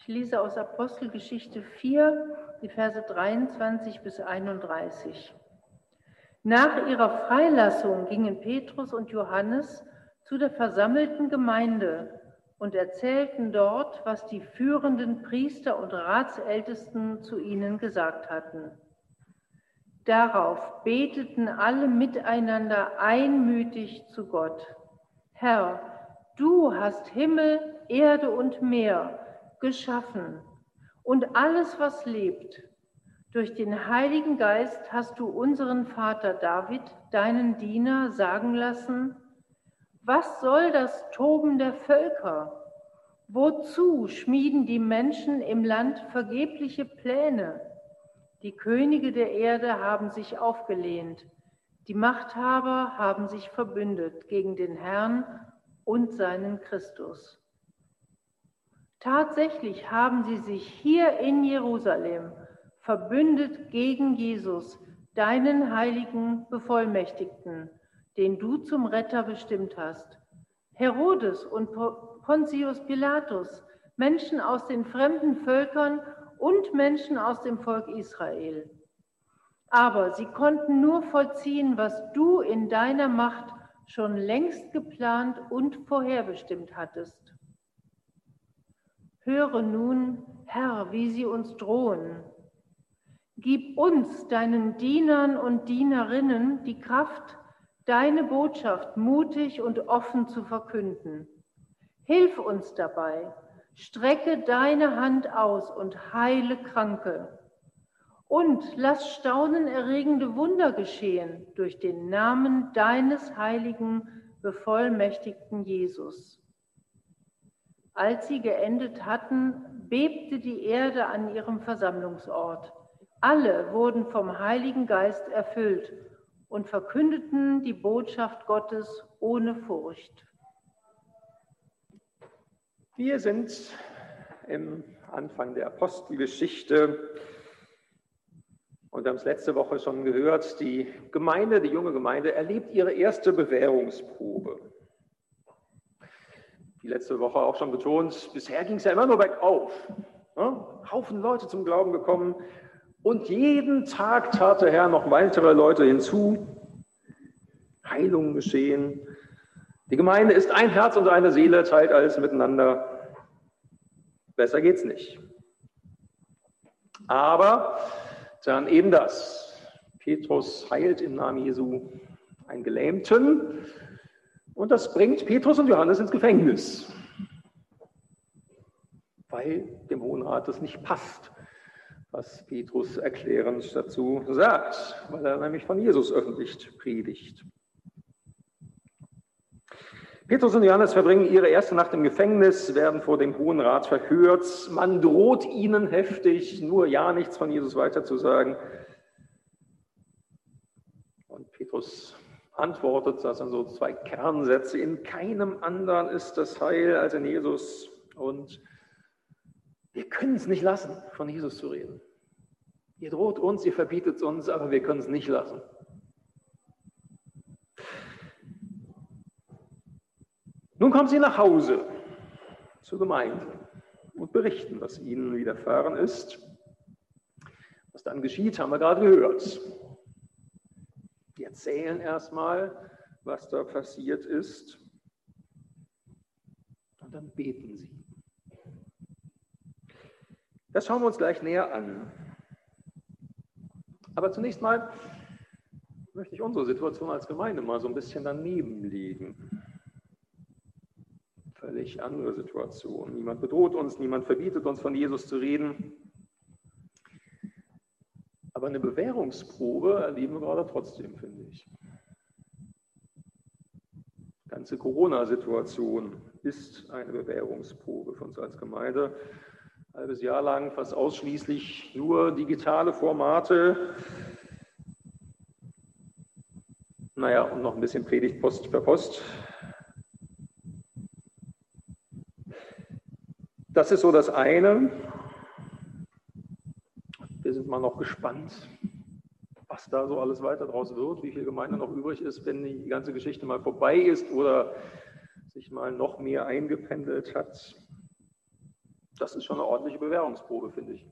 Ich lese aus Apostelgeschichte 4, die Verse 23 bis 31. Nach ihrer Freilassung gingen Petrus und Johannes zu der versammelten Gemeinde und erzählten dort, was die führenden Priester und Ratsältesten zu ihnen gesagt hatten. Darauf beteten alle miteinander einmütig zu Gott: Herr, du hast Himmel, Erde und Meer geschaffen und alles, was lebt. Durch den Heiligen Geist hast du unseren Vater David, deinen Diener, sagen lassen: Was soll das Toben der Völker? Wozu schmieden die Menschen im Land vergebliche Pläne? Die Könige der Erde haben sich aufgelehnt, die Machthaber haben sich verbündet gegen den Herrn und seinen Christus. Tatsächlich haben sie sich hier in Jerusalem verbündet gegen Jesus, deinen heiligen Bevollmächtigten, den du zum Retter bestimmt hast. Herodes und Pontius Pilatus, Menschen aus den fremden Völkern und Menschen aus dem Volk Israel. Aber sie konnten nur vollziehen, was du in deiner Macht schon längst geplant und vorherbestimmt hattest. Höre nun, Herr, wie sie uns drohen. Gib uns, deinen Dienern und Dienerinnen, die Kraft, deine Botschaft mutig und offen zu verkünden. Hilf uns dabei, strecke deine Hand aus und heile Kranke. Und lass staunenerregende Wunder geschehen durch den Namen deines heiligen, bevollmächtigten Jesus. Als sie geendet hatten, bebte die Erde an ihrem Versammlungsort. Alle wurden vom Heiligen Geist erfüllt und verkündeten die Botschaft Gottes ohne Furcht. Wir sind im Anfang der Apostelgeschichte und wir haben es letzte Woche schon gehört, die Gemeinde, die junge Gemeinde, erlebt ihre erste Bewährungsprobe. Wie letzte Woche auch schon betont, bisher ging es ja immer nur bergauf. Haufen Leute zum Glauben gekommen und jeden Tag tat der Herr noch weitere Leute hinzu. Heilungen geschehen. Die Gemeinde ist ein Herz und eine Seele, teilt alles miteinander. Besser geht's nicht. Aber dann eben das. Petrus heilt im Namen Jesu einen Gelähmten und das bringt Petrus und Johannes ins Gefängnis, weil dem Hohen Rat das nicht passt, was Petrus erklärend dazu sagt, weil er nämlich von Jesus öffentlich predigt. Petrus und Johannes verbringen ihre erste Nacht im Gefängnis, werden vor dem Hohen Rat verhört. Man droht ihnen heftig, nur ja nichts von Jesus weiterzusagen. Und Petrus antwortet, das sind so zwei Kernsätze: In keinem anderen ist das Heil als in Jesus. Und wir können es nicht lassen, von Jesus zu reden. Ihr droht uns, ihr verbietet es uns, aber wir können es nicht lassen. Nun kommen sie nach Hause zur Gemeinde und berichten, was ihnen widerfahren ist. Was dann geschieht, haben wir gerade gehört. Die erzählen erstmal, was da passiert ist, und dann beten sie. Das schauen wir uns gleich näher an. Aber zunächst mal möchte ich unsere Situation als Gemeinde mal so ein bisschen daneben legen. Völlig andere Situation. Niemand bedroht uns, niemand verbietet uns, von Jesus zu reden. Aber eine Bewährungsprobe erleben wir gerade trotzdem, finde ich. Die ganze Corona-Situation ist eine Bewährungsprobe für uns als Gemeinde. Ein halbes Jahr lang fast ausschließlich nur digitale Formate. Naja, und noch ein bisschen Predigt Post per Post. Das ist so das eine. Wir sind mal noch gespannt, was da so alles weiter draus wird, wie viel Gemeinde noch übrig ist, wenn die ganze Geschichte mal vorbei ist oder sich mal noch mehr eingependelt hat. Das ist schon eine ordentliche Bewährungsprobe, finde ich.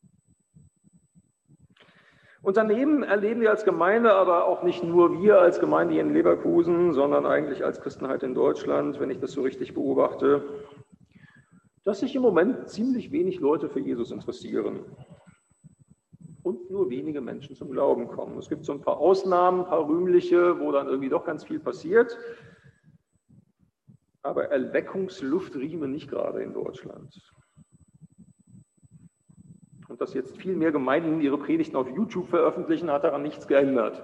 Und daneben erleben wir als Gemeinde, aber auch nicht nur wir als Gemeinde hier in Leverkusen, sondern eigentlich als Christenheit in Deutschland, wenn ich das so richtig beobachte, dass sich im Moment ziemlich wenig Leute für Jesus interessieren und nur wenige Menschen zum Glauben kommen. Es gibt so ein paar Ausnahmen, ein paar rühmliche, wo dann irgendwie doch ganz viel passiert, aber Erweckungsluft riemen nicht gerade in Deutschland. Und dass jetzt viel mehr Gemeinden ihre Predigten auf YouTube veröffentlichen, hat daran nichts geändert.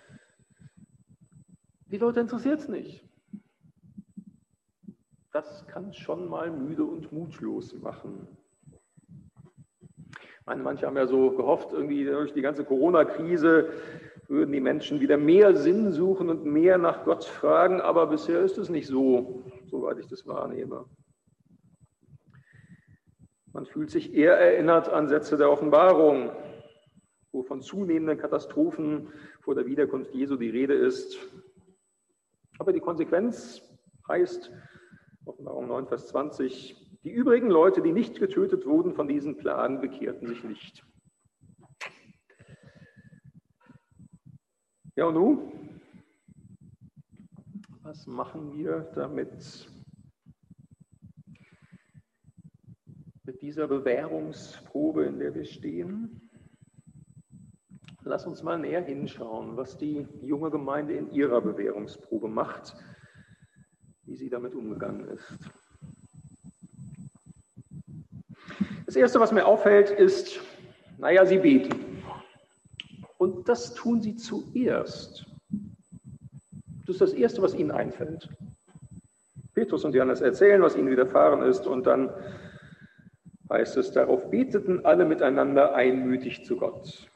Die Leute interessiert es nicht. Das kann schon mal müde und mutlos machen. Manche haben ja so gehofft, irgendwie durch die ganze Corona-Krise würden die Menschen wieder mehr Sinn suchen und mehr nach Gott fragen, aber bisher ist es nicht so, soweit ich das wahrnehme. Man fühlt sich eher erinnert an Sätze der Offenbarung, wo von zunehmenden Katastrophen vor der Wiederkunft Jesu die Rede ist. Aber die Konsequenz heißt, Offenbarung 9, Vers 20, die übrigen Leute, die nicht getötet wurden von diesen Plagen, bekehrten sich nicht. Ja und nun? Was machen wir damit? Mit dieser Bewährungsprobe, in der wir stehen? Lass uns mal näher hinschauen, was die junge Gemeinde in ihrer Bewährungsprobe macht, wie sie damit umgegangen ist. Das Erste, was mir auffällt, ist, sie beten. Und das tun sie zuerst. Das ist das Erste, was ihnen einfällt. Petrus und Johannes erzählen, was ihnen widerfahren ist, und dann heißt es, darauf beteten alle miteinander einmütig zu Gott.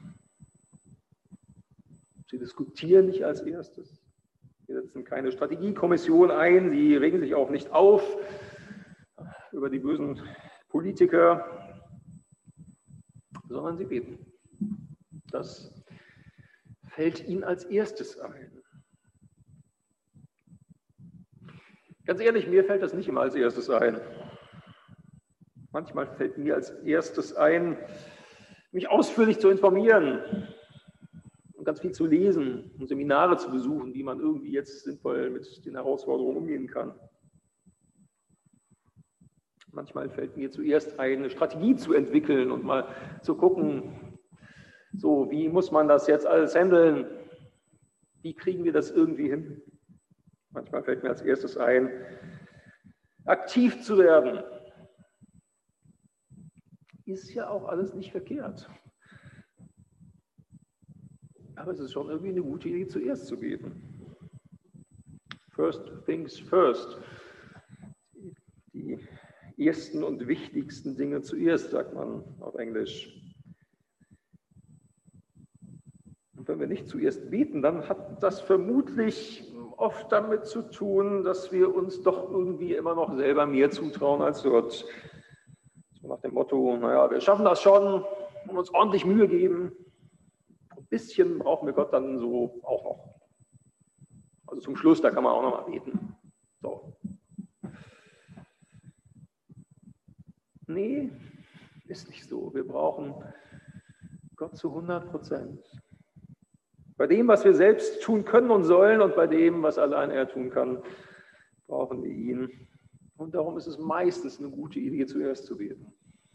Sie diskutieren nicht als erstes. Sie setzen keine Strategiekommission ein, sie regen sich auch nicht auf über die bösen Politiker, sondern sie beten. Das fällt ihnen als erstes ein. Ganz ehrlich, mir fällt das nicht immer als erstes ein. Manchmal fällt mir als erstes ein, mich ausführlich zu informieren und ganz viel zu lesen und Seminare zu besuchen, wie man irgendwie jetzt sinnvoll mit den Herausforderungen umgehen kann. Manchmal fällt mir zuerst ein, eine Strategie zu entwickeln und mal zu gucken, so, wie muss man das jetzt alles handeln? Wie kriegen wir das irgendwie hin? Manchmal fällt mir als erstes ein, aktiv zu werden. Ist ja auch alles nicht verkehrt. Aber es ist schon irgendwie eine gute Idee, zuerst zu beten. First things first. Die ersten und wichtigsten Dinge zuerst, sagt man auf Englisch. Und wenn wir nicht zuerst beten, dann hat das vermutlich oft damit zu tun, dass wir uns doch irgendwie immer noch selber mehr zutrauen als Gott. So nach dem Motto, wir schaffen das schon und uns ordentlich Mühe geben. Ein bisschen brauchen wir Gott dann so auch noch. Also zum Schluss, da kann man auch noch mal beten. So. Nee, ist nicht so. Wir brauchen Gott zu 100%. Bei dem, was wir selbst tun können und sollen, und bei dem, was allein er tun kann, brauchen wir ihn. Und darum ist es meistens eine gute Idee, zuerst zu beten.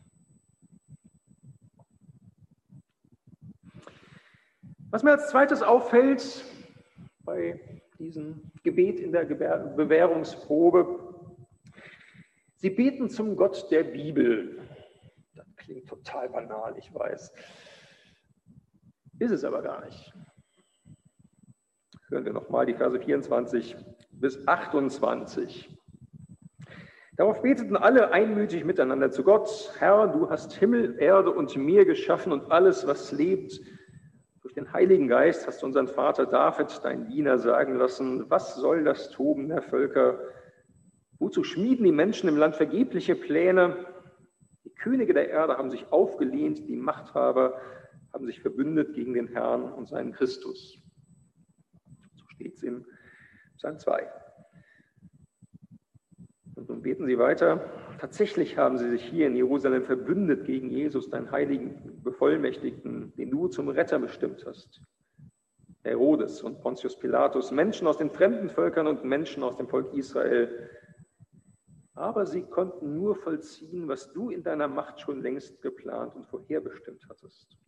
Was mir als zweites auffällt bei diesem Gebet in der Bewährungsprobe, sie beten zum Gott der Bibel. Das klingt total banal, ich weiß. Ist es aber gar nicht. Hören wir nochmal die Verse 24 bis 28. Darauf beteten alle einmütig miteinander zu Gott: Herr, du hast Himmel, Erde und Meer geschaffen und alles, was lebt. Durch den Heiligen Geist hast du unseren Vater David, deinen Diener, sagen lassen: Was soll das Toben der Völker? Wozu schmieden die Menschen im Land vergebliche Pläne? Die Könige der Erde haben sich aufgelehnt, die Machthaber haben sich verbündet gegen den Herrn und seinen Christus. So steht es in Psalm 2. Und nun beten sie weiter. Tatsächlich haben sie sich hier in Jerusalem verbündet gegen Jesus, deinen heiligen Bevollmächtigten, den du zum Retter bestimmt hast. Herodes und Pontius Pilatus, Menschen aus den fremden Völkern und Menschen aus dem Volk Israel. Aber sie konnten nur vollziehen, was du in deiner Macht schon längst geplant und vorherbestimmt hattest.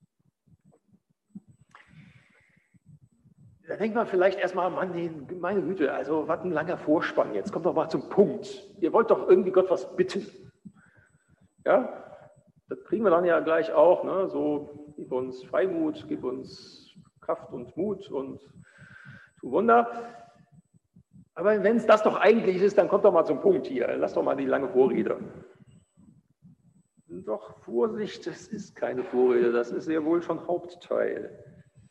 Da denkt man vielleicht erstmal, Mann, meine Güte, also was ein langer Vorspann, jetzt kommt doch mal zum Punkt. Ihr wollt doch irgendwie Gott was bitten. Ja, das kriegen wir dann ja gleich auch, ne? So, gib uns Freimut, gib uns Kraft und Mut und tu Wunder. Aber wenn es das doch eigentlich ist, dann kommt doch mal zum Punkt hier. Lass doch mal die lange Vorrede. Doch Vorsicht, das ist keine Vorrede, das ist sehr wohl schon Hauptteil.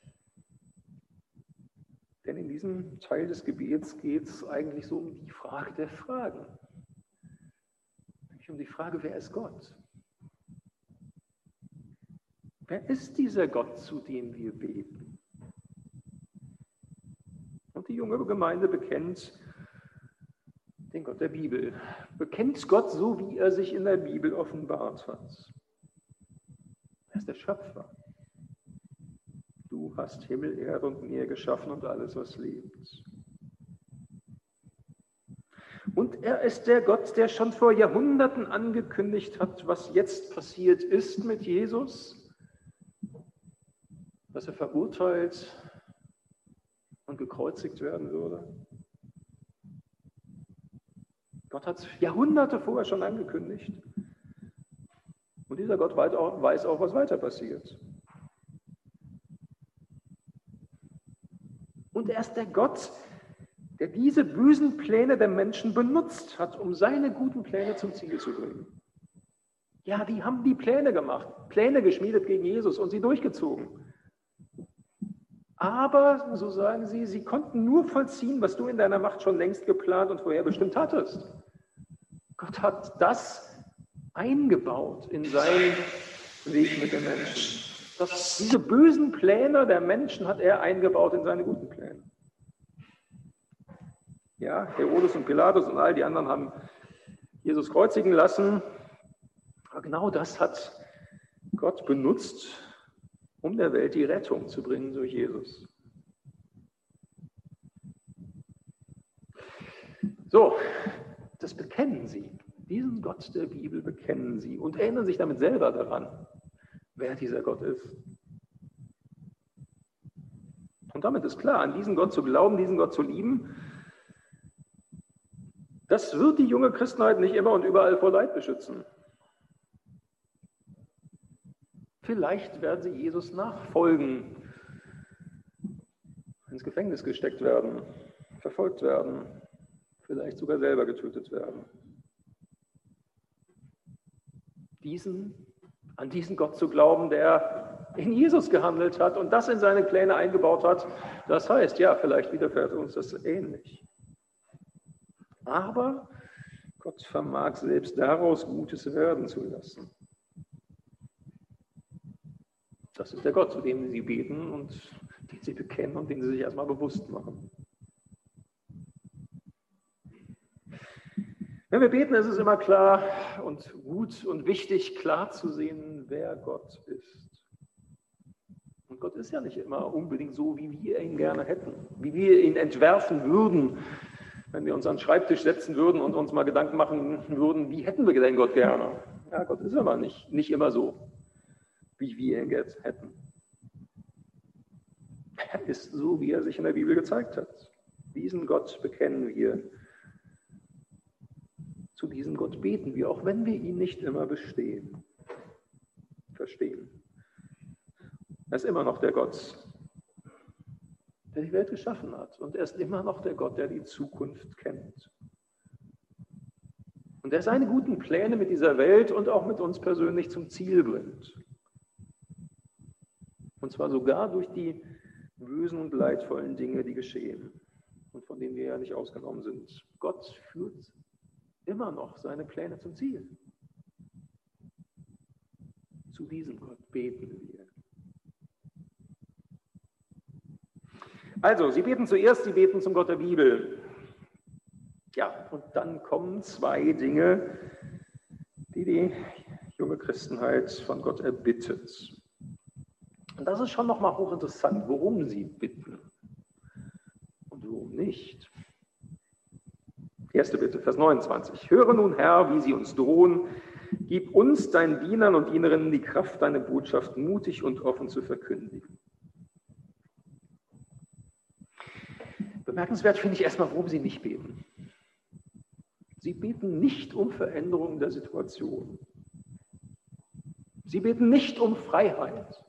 Denn in diesem Teil des Gebets geht es eigentlich so um die Frage der Fragen. Nämlich um die Frage, wer ist Gott? Wer ist dieser Gott, zu dem wir beten? Und die junge Gemeinde bekennt den Gott der Bibel, bekennt Gott so, wie er sich in der Bibel offenbart hat. Er ist der Schöpfer. Du hast Himmel, Erde und Meer geschaffen und alles, was lebt. Und er ist der Gott, der schon vor Jahrhunderten angekündigt hat, was jetzt passiert ist mit Jesus, dass er verurteilt und gekreuzigt werden würde. Gott hat es Jahrhunderte vorher schon angekündigt. Und dieser Gott weiß auch, was weiter passiert. Und er ist der Gott, der diese bösen Pläne der Menschen benutzt hat, um seine guten Pläne zum Ziel zu bringen. Ja, die haben die Pläne gemacht, Pläne geschmiedet gegen Jesus und sie durchgezogen. Aber, so sagen sie, sie konnten nur vollziehen, was du in deiner Macht schon längst geplant und vorherbestimmt hattest. Gott hat das eingebaut in seinen Weg mit den Menschen. Diese bösen Pläne der Menschen hat er eingebaut in seine guten Pläne. Ja, Herodes und Pilatus und all die anderen haben Jesus kreuzigen lassen. Aber genau das hat Gott benutzt, um der Welt die Rettung zu bringen durch Jesus. So, das bekennen sie. Diesen Gott der Bibel bekennen sie und erinnern sich damit selber daran, wer dieser Gott ist. Und damit ist klar, an diesen Gott zu glauben, diesen Gott zu lieben, das wird die junge Christenheit nicht immer und überall vor Leid beschützen. Vielleicht werden sie Jesus nachfolgen, ins Gefängnis gesteckt werden, verfolgt werden, vielleicht sogar selber getötet werden. An diesen Gott zu glauben, der in Jesus gehandelt hat und das in seine Pläne eingebaut hat, das heißt, ja, vielleicht widerfährt uns das ähnlich. Aber Gott vermag selbst daraus Gutes werden zu lassen. Das ist der Gott, zu dem sie beten und den sie bekennen und den sie sich erstmal bewusst machen. Wenn wir beten, ist es immer klar und gut und wichtig, klar zu sehen, wer Gott ist. Und Gott ist ja nicht immer unbedingt so, wie wir ihn gerne hätten, wie wir ihn entwerfen würden, wenn wir uns an den Schreibtisch setzen würden und uns mal Gedanken machen würden, wie hätten wir denn Gott gerne? Ja, Gott ist aber nicht immer so, wie wir ihn jetzt hätten. Er ist so, wie er sich in der Bibel gezeigt hat. Diesen Gott bekennen wir. Zu diesem Gott beten wir, auch wenn wir ihn nicht immer verstehen. Er ist immer noch der Gott, der die Welt geschaffen hat. Und er ist immer noch der Gott, der die Zukunft kennt. Und der seine guten Pläne mit dieser Welt und auch mit uns persönlich zum Ziel bringt. Und zwar sogar durch die bösen und leidvollen Dinge, die geschehen und von denen wir ja nicht ausgenommen sind. Gott führt immer noch seine Pläne zum Ziel. Zu diesem Gott beten wir. Also, sie beten zum Gott der Bibel. Ja, und dann kommen zwei Dinge, die die junge Christenheit von Gott erbittet. Und das ist schon nochmal hochinteressant, worum sie bitten und worum nicht. Erste Bitte, Vers 29. Höre nun, Herr, wie sie uns drohen. Gib uns, deinen Dienern und Dienerinnen, die Kraft, deine Botschaft mutig und offen zu verkündigen. Bemerkenswert finde ich erstmal, worum sie nicht beten. Sie beten nicht um Veränderung der Situation. Sie beten nicht um Freiheit.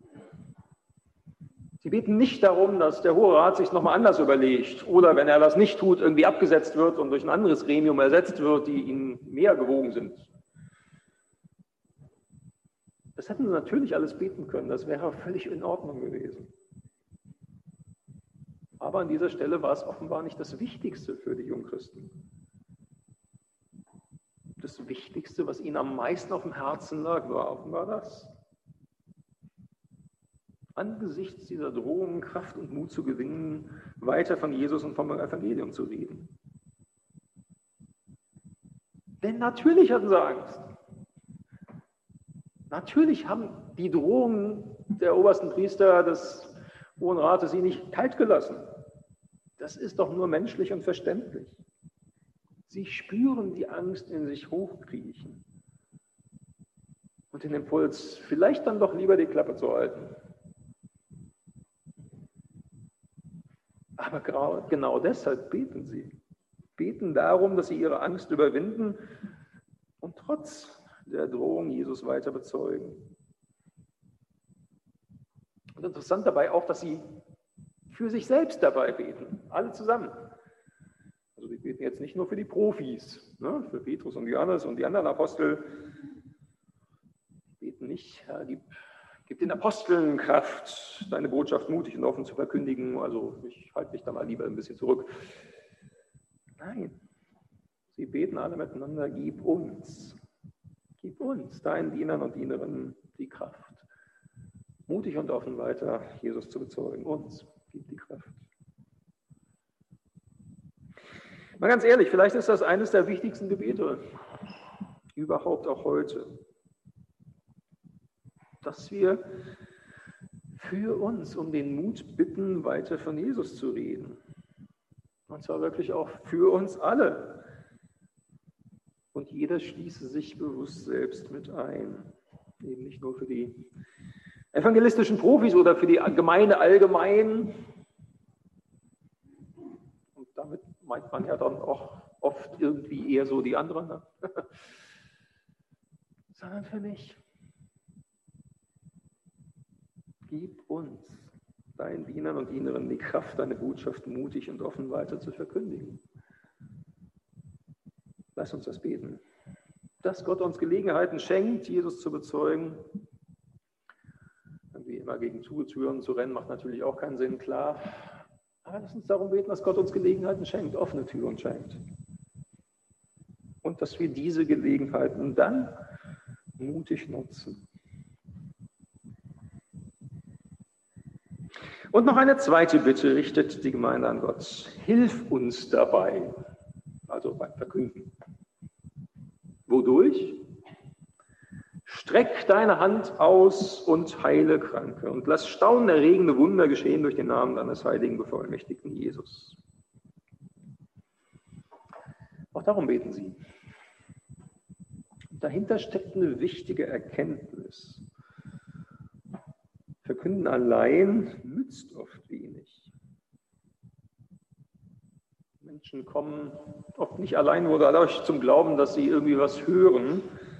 Sie beten nicht darum, dass der Hohe Rat sich nochmal anders überlegt oder, wenn er das nicht tut, irgendwie abgesetzt wird und durch ein anderes Gremium ersetzt wird, die ihnen mehr gewogen sind. Das hätten sie natürlich alles beten können, das wäre völlig in Ordnung gewesen. Aber an dieser Stelle war es offenbar nicht das Wichtigste für die Jungchristen. Das Wichtigste, was ihnen am meisten auf dem Herzen lag, war offenbar das. Angesichts dieser Drohungen Kraft und Mut zu gewinnen, weiter von Jesus und vom Evangelium zu reden. Denn natürlich hatten sie Angst. Natürlich haben die Drohungen der obersten Priester des Hohen Rates sie nicht kalt gelassen. Das ist doch nur menschlich und verständlich. Sie spüren die Angst in sich hochkriechen und den Impuls, vielleicht dann doch lieber die Klappe zu halten. Aber genau deshalb beten sie. Beten darum, dass sie ihre Angst überwinden und trotz der Drohung Jesus weiter bezeugen. Und interessant dabei auch, dass sie für sich selbst dabei beten, alle zusammen. Also die beten jetzt nicht nur für die Profis, ne, für Petrus und Johannes und die anderen Apostel. Die beten nicht, Herr, gib den Aposteln Kraft, deine Botschaft mutig und offen zu verkündigen. Also ich halte mich da mal lieber ein bisschen zurück. Nein, sie beten alle miteinander, gib uns, deinen Dienern und Dienerinnen, die Kraft, mutig und offen weiter Jesus zu bezeugen. Uns, gib die Kraft. Mal ganz ehrlich, vielleicht ist das eines der wichtigsten Gebete überhaupt auch heute, dass wir für uns um den Mut bitten, weiter von Jesus zu reden. Und zwar wirklich auch für uns alle. Und jeder schließe sich bewusst selbst mit ein. Eben nicht nur für die evangelistischen Profis oder für die Gemeinde allgemein. Und damit meint man ja dann auch oft irgendwie eher so die anderen. Ne? Sondern für mich. Gib uns, deinen Dienern und Dienerinnen, die Kraft, deine Botschaft mutig und offen weiter zu verkündigen. Lass uns das beten. Dass Gott uns Gelegenheiten schenkt, Jesus zu bezeugen. Irgendwie immer gegen Türen zu rennen, macht natürlich auch keinen Sinn, klar. Aber lass uns darum beten, dass Gott uns Gelegenheiten schenkt, offene Türen schenkt. Und dass wir diese Gelegenheiten dann mutig nutzen. Und noch eine zweite Bitte richtet die Gemeinde an Gott. Hilf uns dabei, also beim Verkünden. Wodurch? Streck deine Hand aus und heile Kranke und lass staunenerregende Wunder geschehen durch den Namen deines heiligen Bevollmächtigten Jesus. Auch darum beten sie. Dahinter steckt eine wichtige Erkenntnis. Verkünden allein nützt oft wenig. Menschen kommen oft nicht allein nur dadurch zum Glauben, dass sie irgendwie was hören,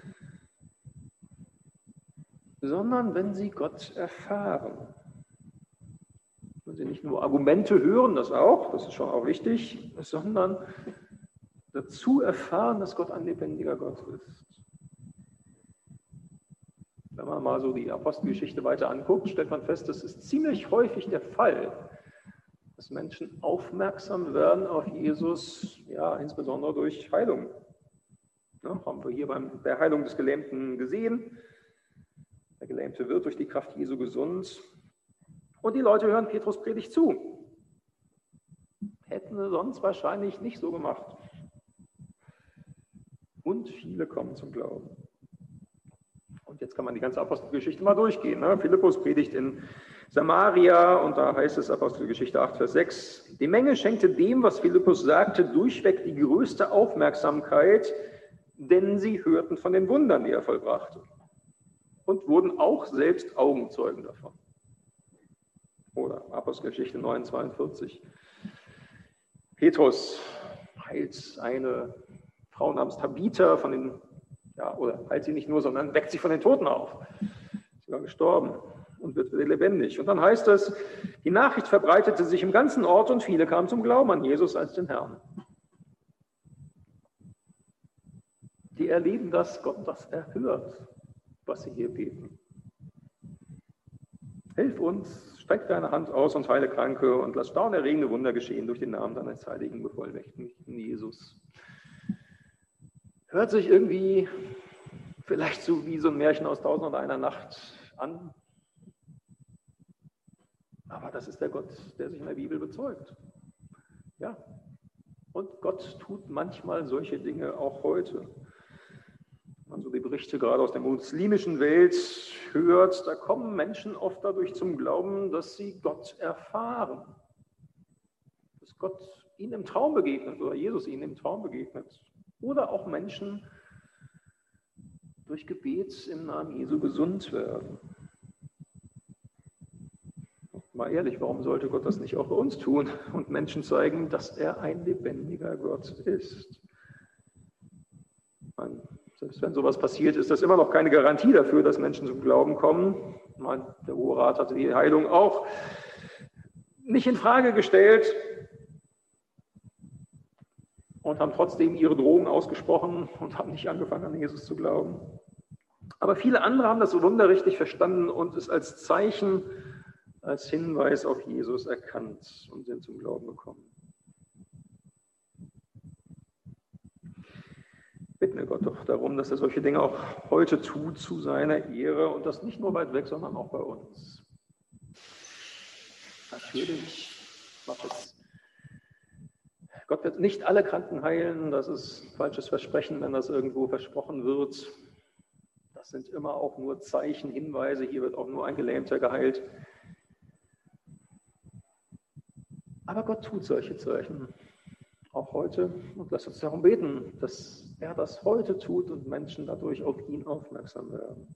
sondern wenn sie Gott erfahren. Wenn sie nicht nur Argumente hören, das ist schon auch wichtig, sondern dazu erfahren, dass Gott ein lebendiger Gott ist. Wenn man mal so die Apostelgeschichte weiter anguckt, stellt man fest, das ist ziemlich häufig der Fall, dass Menschen aufmerksam werden auf Jesus, ja, insbesondere durch Heilung. Ja, haben wir hier bei der Heilung des Gelähmten gesehen. Der Gelähmte wird durch die Kraft Jesu gesund. Und die Leute hören Petrus Predigt zu. Hätten sie sonst wahrscheinlich nicht so gemacht. Und viele kommen zum Glauben. Und jetzt kann man die ganze Apostelgeschichte mal durchgehen. Ne? Philippus predigt in Samaria und da heißt es Apostelgeschichte 8, Vers 6, die Menge schenkte dem, was Philippus sagte, durchweg die größte Aufmerksamkeit, denn sie hörten von den Wundern, die er vollbrachte und wurden auch selbst Augenzeugen davon. Oder Apostelgeschichte 9, 42. Petrus heilt eine Frau namens Tabitha von den, oder heilt sie nicht nur, sondern weckt sie von den Toten auf. Sie war gestorben und wird wieder lebendig. Und dann heißt es, die Nachricht verbreitete sich im ganzen Ort und viele kamen zum Glauben an Jesus als den Herrn. Die erleben, dass Gott das erhört, was sie hier beten. Hilf uns, streck deine Hand aus und heile Kranke und lass staunerregende Wunder geschehen durch den Namen deines heiligen bevollmächtigten Jesus. Hört sich irgendwie vielleicht so wie so ein Märchen aus 1001 Nacht an. Aber das ist der Gott, der sich in der Bibel bezeugt. Ja. Und Gott tut manchmal solche Dinge auch heute. Wenn man so die Berichte gerade aus der muslimischen Welt hört, da kommen Menschen oft dadurch zum Glauben, dass sie Gott erfahren. Dass Gott ihnen im Traum begegnet oder Jesus ihnen im Traum begegnet. Oder auch Menschen durch Gebet im Namen Jesu gesund werden. Mal ehrlich, warum sollte Gott das nicht auch bei uns tun und Menschen zeigen, dass er ein lebendiger Gott ist? Selbst wenn sowas passiert, ist das immer noch keine Garantie dafür, dass Menschen zum Glauben kommen. Der Hohe Rat hatte die Heilung auch nicht in Frage gestellt und haben trotzdem ihre Drohungen ausgesprochen und haben nicht angefangen, an Jesus zu glauben. Aber viele andere haben das Wunder richtig verstanden und es als Zeichen, als Hinweis auf Jesus erkannt und sind zum Glauben gekommen. Bitten wir Gott doch darum, dass er solche Dinge auch heute tut zu seiner Ehre und das nicht nur weit weg, sondern auch bei uns. Natürlich, Gott wird nicht alle Kranken heilen, das ist ein falsches Versprechen, wenn das irgendwo versprochen wird. Das sind immer auch nur Zeichen, Hinweise, hier wird auch nur ein Gelähmter geheilt. Aber Gott tut solche Zeichen, auch heute. Und lasst uns darum beten, dass er das heute tut und Menschen dadurch auf ihn aufmerksam werden.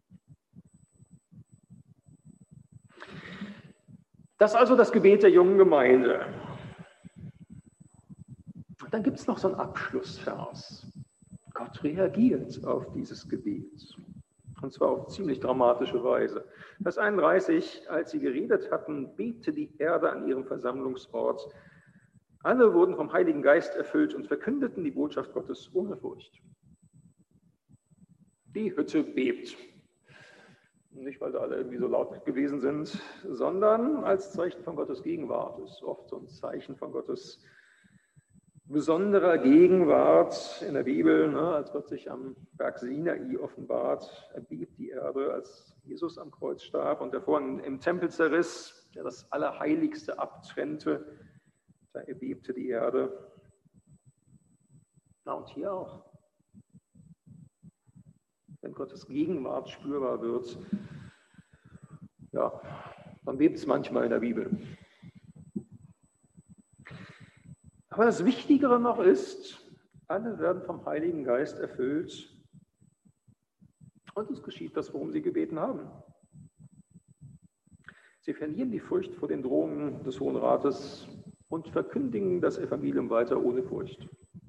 Das ist also das Gebet der jungen Gemeinde. Und dann gibt es noch so einen Abschlussvers. Gott reagiert auf dieses Gebet. Und zwar auf ziemlich dramatische Weise. Vers 31, als sie geredet hatten, bebte die Erde an ihrem Versammlungsort. Alle wurden vom Heiligen Geist erfüllt und verkündeten die Botschaft Gottes ohne Furcht. Die Hütte bebt. Nicht, weil da alle irgendwie so laut gewesen sind, sondern als Zeichen von Gottes Gegenwart. Das ist oft so ein Zeichen von Gottes besonderer Gegenwart in der Bibel, ne, als Gott sich am Berg Sinai offenbart, erbebt die Erde, als Jesus am Kreuz starb und der Vorhang im Tempel zerriss, der das Allerheiligste abtrennte, da erbebte die Erde. Na und hier auch. Wenn Gottes Gegenwart spürbar wird, ja, dann bebt es manchmal in der Bibel. Aber das Wichtigere noch ist, alle werden vom Heiligen Geist erfüllt und es geschieht das, worum sie gebeten haben. Sie verlieren die Furcht vor den Drohungen des Hohen Rates und verkündigen das Evangelium weiter ohne Furcht.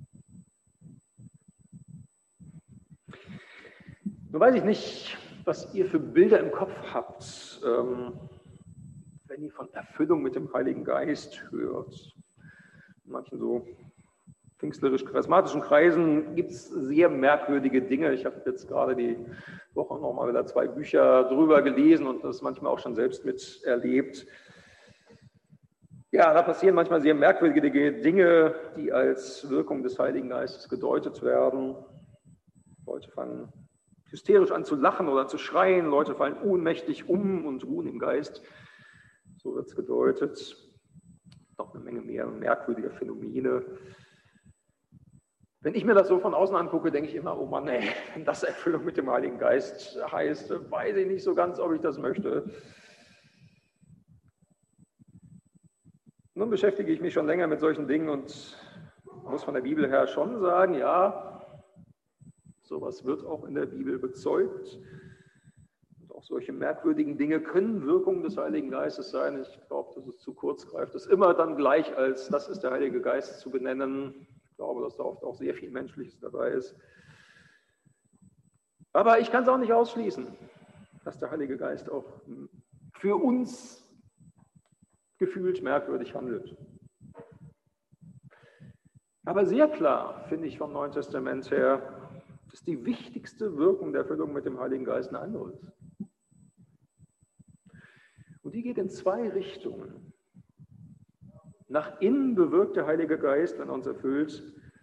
Nun weiß ich nicht, was ihr für Bilder im Kopf habt, wenn ihr von Erfüllung mit dem Heiligen Geist hört. In manchen so pfingstlerisch-charismatischen Kreisen gibt es sehr merkwürdige Dinge. Ich habe jetzt gerade die Woche nochmal wieder 2 Bücher drüber gelesen und das manchmal auch schon selbst miterlebt. Ja, da passieren manchmal sehr merkwürdige Dinge, die als Wirkung des Heiligen Geistes gedeutet werden. Leute fangen hysterisch an zu lachen oder zu schreien, Leute fallen ohnmächtig um und ruhen im Geist. So wird es gedeutet. Noch eine Menge mehr merkwürdiger Phänomene. Wenn ich mir das so von außen angucke, denke ich immer, oh Mann, ey, wenn das Erfüllung mit dem Heiligen Geist heißt, weiß ich nicht so ganz, ob ich das möchte. Nun beschäftige ich mich schon länger mit solchen Dingen und muss von der Bibel her schon sagen, ja, sowas wird auch in der Bibel bezeugt. Und auch solche merkwürdigen Dinge können Wirkungen des Heiligen Geistes sein. Ich glaube, dass es zu kurz greift, das immer dann gleich als das ist der Heilige Geist zu benennen. Ich glaube, dass da oft auch sehr viel Menschliches dabei ist. Aber ich kann es auch nicht ausschließen, dass der Heilige Geist auch für uns gefühlt merkwürdig handelt. Aber sehr klar finde ich vom Neuen Testament her, dass die wichtigste Wirkung der Erfüllung mit dem Heiligen Geist eine andere ist. Und die geht in zwei Richtungen. Nach innen bewirkt der Heilige Geist, wenn er uns erfüllt,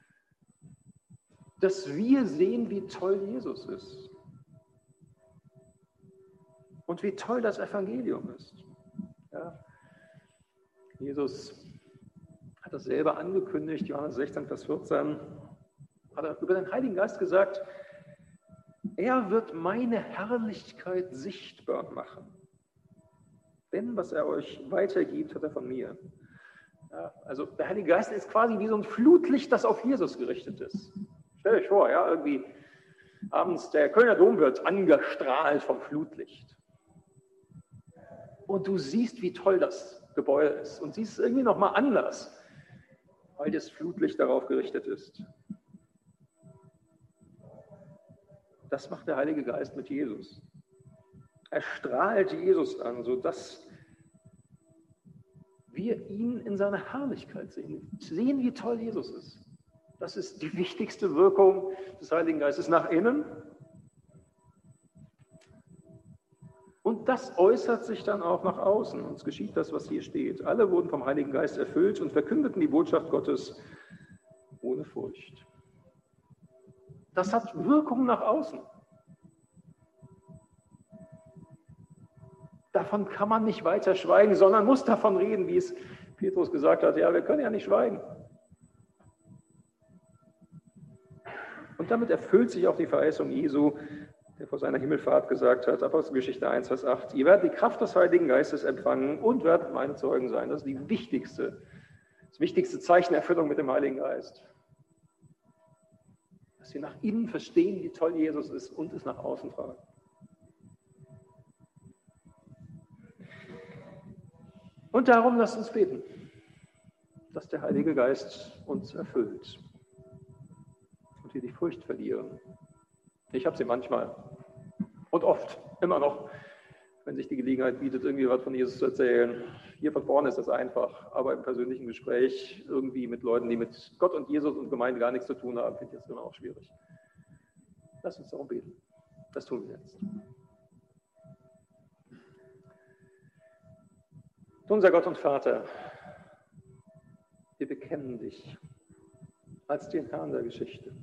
dass wir sehen, wie toll Jesus ist. Und wie toll das Evangelium ist. Ja. Jesus hat das selber angekündigt, Johannes 16, Vers 14, hat er über den Heiligen Geist gesagt, er wird meine Herrlichkeit sichtbar machen. Denn was er euch weitergibt, hat er von mir. Ja, also der Heilige Geist ist quasi wie so ein Flutlicht, das auf Jesus gerichtet ist. Stell euch vor, ja, irgendwie abends der Kölner Dom wird angestrahlt vom Flutlicht. Und du siehst, wie toll das Gebäude ist und siehst es irgendwie nochmal anders, weil das Flutlicht darauf gerichtet ist. Das macht der Heilige Geist mit Jesus. Er strahlt Jesus an, sodass wir ihn in seiner Herrlichkeit sehen. Sehen, wie toll Jesus ist. Das ist die wichtigste Wirkung des Heiligen Geistes nach innen. Und das äußert sich dann auch nach außen. Und es geschieht das, was hier steht. Alle wurden vom Heiligen Geist erfüllt und verkündeten die Botschaft Gottes ohne Furcht. Das hat Wirkung nach außen. Davon kann man nicht weiter schweigen, sondern muss davon reden, wie es Petrus gesagt hat. Ja, wir können ja nicht schweigen. Und damit erfüllt sich auch die Verheißung Jesu, der vor seiner Himmelfahrt gesagt hat, Apostelgeschichte 1, Vers 8, ihr werdet die Kraft des Heiligen Geistes empfangen und werdet meine Zeugen sein. Das ist das wichtigste Zeichen der Erfüllung mit dem Heiligen Geist. Dass wir nach innen verstehen, wie toll Jesus ist und es nach außen tragen. Und darum lasst uns beten, dass der Heilige Geist uns erfüllt und wir die Furcht verlieren. Ich habe sie manchmal und oft, immer noch, wenn sich die Gelegenheit bietet, irgendwie was von Jesus zu erzählen. Hier von vorne ist das einfach, aber im persönlichen Gespräch irgendwie mit Leuten, die mit Gott und Jesus und Gemeinde gar nichts zu tun haben, finde ich das immer auch schwierig. Lass uns darum beten. Das tun wir jetzt. Unser Gott und Vater, wir bekennen dich als den Herrn der Geschichte.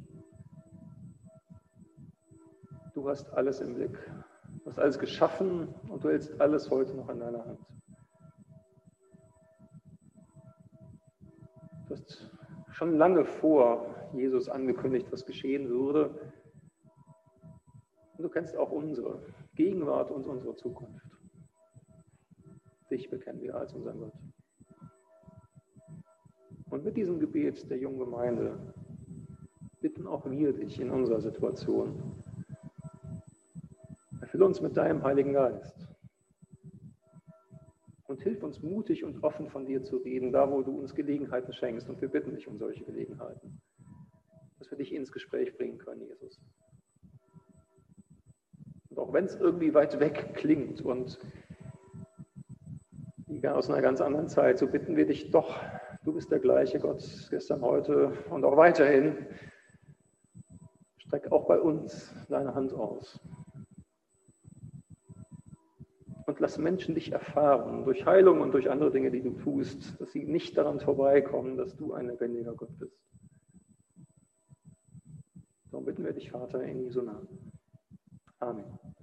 Du hast alles im Blick, du hast alles geschaffen und du hältst alles heute noch in deiner Hand. Du hast schon lange vor Jesus angekündigt, was geschehen würde. Und du kennst auch unsere Gegenwart und unsere Zukunft. Dich bekennen wir als unseren Gott. Und mit diesem Gebet der jungen Gemeinde bitten auch wir dich in unserer Situation. Erfülle uns mit deinem Heiligen Geist und hilf uns mutig und offen von dir zu reden, da wo du uns Gelegenheiten schenkst. Und wir bitten dich um solche Gelegenheiten, dass wir dich ins Gespräch bringen können, Jesus. Und auch wenn es irgendwie weit weg klingt und aus einer ganz anderen Zeit, so bitten wir dich doch, du bist der gleiche Gott, gestern, heute und auch weiterhin. Streck auch bei uns deine Hand aus. Und lass Menschen dich erfahren, durch Heilung und durch andere Dinge, die du tust, dass sie nicht daran vorbeikommen, dass du ein lebendiger Gott bist. Darum bitten wir dich, Vater, in Jesu Namen. Amen.